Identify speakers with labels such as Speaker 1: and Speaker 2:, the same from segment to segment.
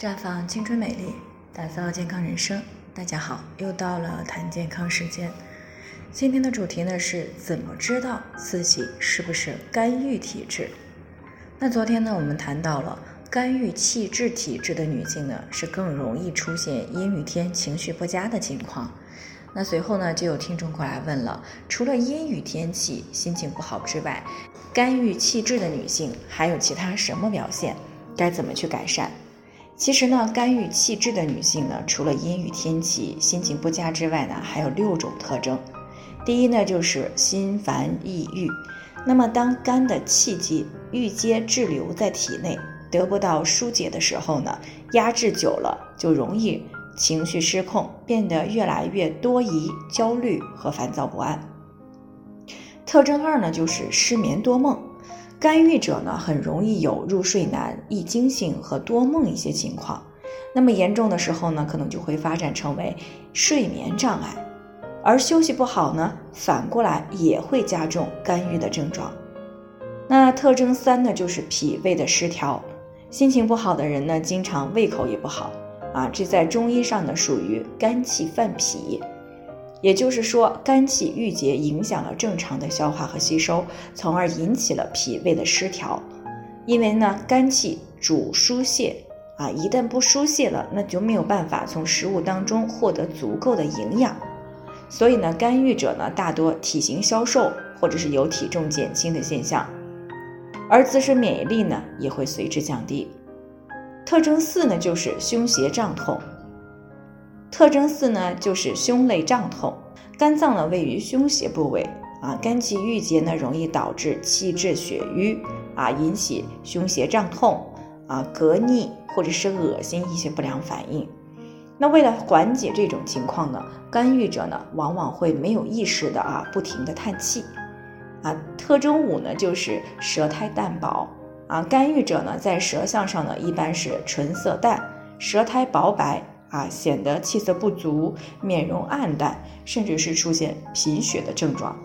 Speaker 1: 绽放青春美丽，打造健康人生。大家好，又到了谈健康时间。今天的主题呢是怎么知道自己是不是肝郁体质。那昨天呢我们谈到了肝郁气滞体质的女性呢是更容易出现阴雨天情绪不佳的情况。那随后呢就有听众过来问了，除了阴雨天气心情不好之外，肝郁气滞的女性还有其他什么表现，该怎么去改善？其实呢，肝郁气滞的女性呢，除了阴雨天气心情不佳之外呢，还有6种特征。第一呢，就是心烦易郁。那么当肝的气机郁结滞留在体内，得不到疏解的时候呢，压制久了就容易情绪失控，变得越来越多疑、焦虑和烦躁不安。特征2呢，就是失眠多梦。肝郁者呢，很容易有入睡难、易惊醒和多梦一些情况。那么严重的时候呢，可能就会发展成为睡眠障碍。而休息不好呢，反过来也会加重肝郁的症状。那特征3呢，就是脾胃的失调。心情不好的人呢，经常胃口也不好这在中医上呢属于肝气犯脾。也就是说，肝气郁结影响了正常的消化和吸收，从而引起了脾胃的失调。因为呢，肝气主疏泄一旦不疏泄了，那就没有办法从食物当中获得足够的营养。所以呢，肝郁者呢，大多体型消瘦，或者是有体重减轻的现象，而自身免疫力呢，也会随之降低。特征4呢，就是胸胁胀痛。特征4呢，就是胸肋胀痛。肝脏呢位于胸胁部位肝气郁结呢，容易导致气滞血瘀引起胸胁胀痛嗝逆或者是恶心一些不良反应。那为了缓解这种情况呢，肝郁者呢往往会没有意识的不停的叹气特征5呢，就是舌苔淡薄肝郁者呢在舌象上呢一般是唇色淡，舌苔薄白显得气色不足，面容暗淡，甚至是出现贫血的症状。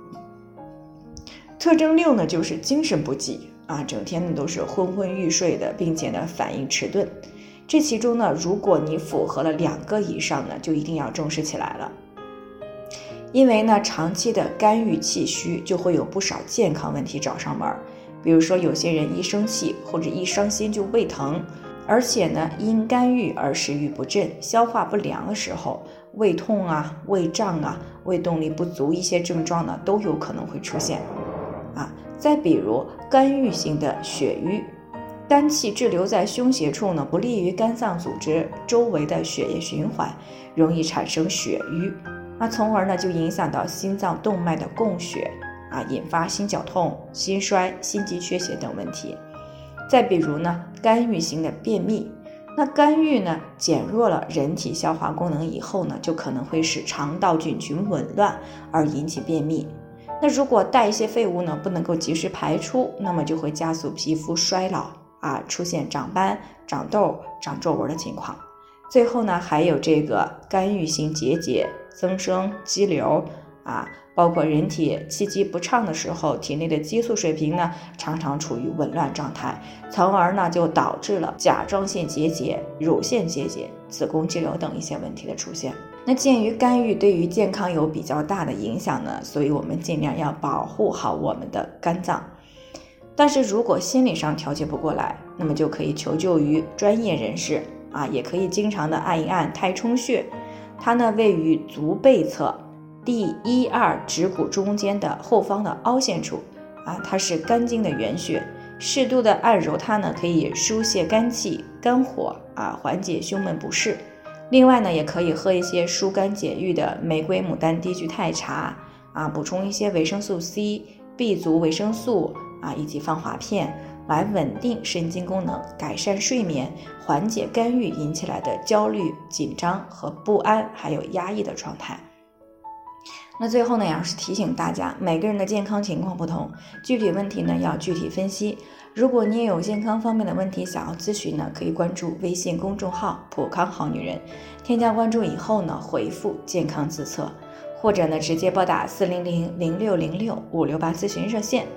Speaker 1: 特征6呢，就是精神不济整天呢都是昏昏欲睡的，并且呢反应迟钝。这其中呢，如果你符合了2个以上呢，就一定要重视起来了。因为呢，长期的肝郁气虚就会有不少健康问题找上门，比如说有些人一生气或者一伤心就胃疼，而且呢，因肝郁而食欲不振、消化不良的时候，胃痛胃胀胃动力不足一些症状呢，都有可能会出现再比如肝郁型的血瘀，肝气滞留在胸胁处呢，不利于肝脏组织周围的血液循环，容易产生血瘀从而呢就影响到心脏动脉的供血引发心绞痛、心衰、心肌缺血等问题。再比如呢，肝郁型的便秘，那肝郁呢减弱了人体消化功能以后呢，就可能会使肠道菌群紊乱而引起便秘。那如果代谢废物呢不能够及时排出，那么就会加速皮肤衰老出现长斑、长痘、长皱纹的情况。最后呢，还有这个肝郁型结节、增生、肌瘤包括人体气机不畅的时候，体内的激素水平呢常常处于紊乱状态，从而呢就导致了甲状腺结节、乳腺结节、子宫肌瘤等一些问题的出现。那鉴于肝郁对于健康有比较大的影响呢，所以我们尽量要保护好我们的肝脏。但是如果心理上调节不过来，那么就可以求救于专业人士也可以经常的按一按太冲穴，它呢位于足背侧第1、2指骨中间的后方的凹陷处它是肝经的原穴，适度的按揉它呢，可以疏泄肝气、肝火缓解胸闷不适。另外呢，也可以喝一些疏肝解郁的玫瑰牡丹低聚肽茶补充一些维生素 C、B 族维生素以及芳华片，来稳定神经功能，改善睡眠，缓解肝郁引起来的焦虑、紧张和不安，还有压抑的状态。那最后呢，也是提醒大家，每个人的健康情况不同，具体问题呢要具体分析。如果你也有健康方面的问题想要咨询呢，可以关注微信公众号普康好女人，添加关注以后呢，回复健康自测，或者呢直接拨打400-0606-568咨询热线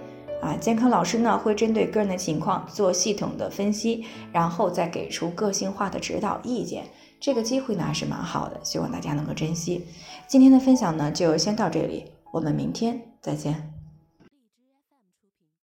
Speaker 1: 健康老师呢会针对个人的情况做系统的分析，然后再给出个性化的指导意见。这个机会呢还是蛮好的，希望大家能够珍惜。今天的分享呢就先到这里，我们明天再见。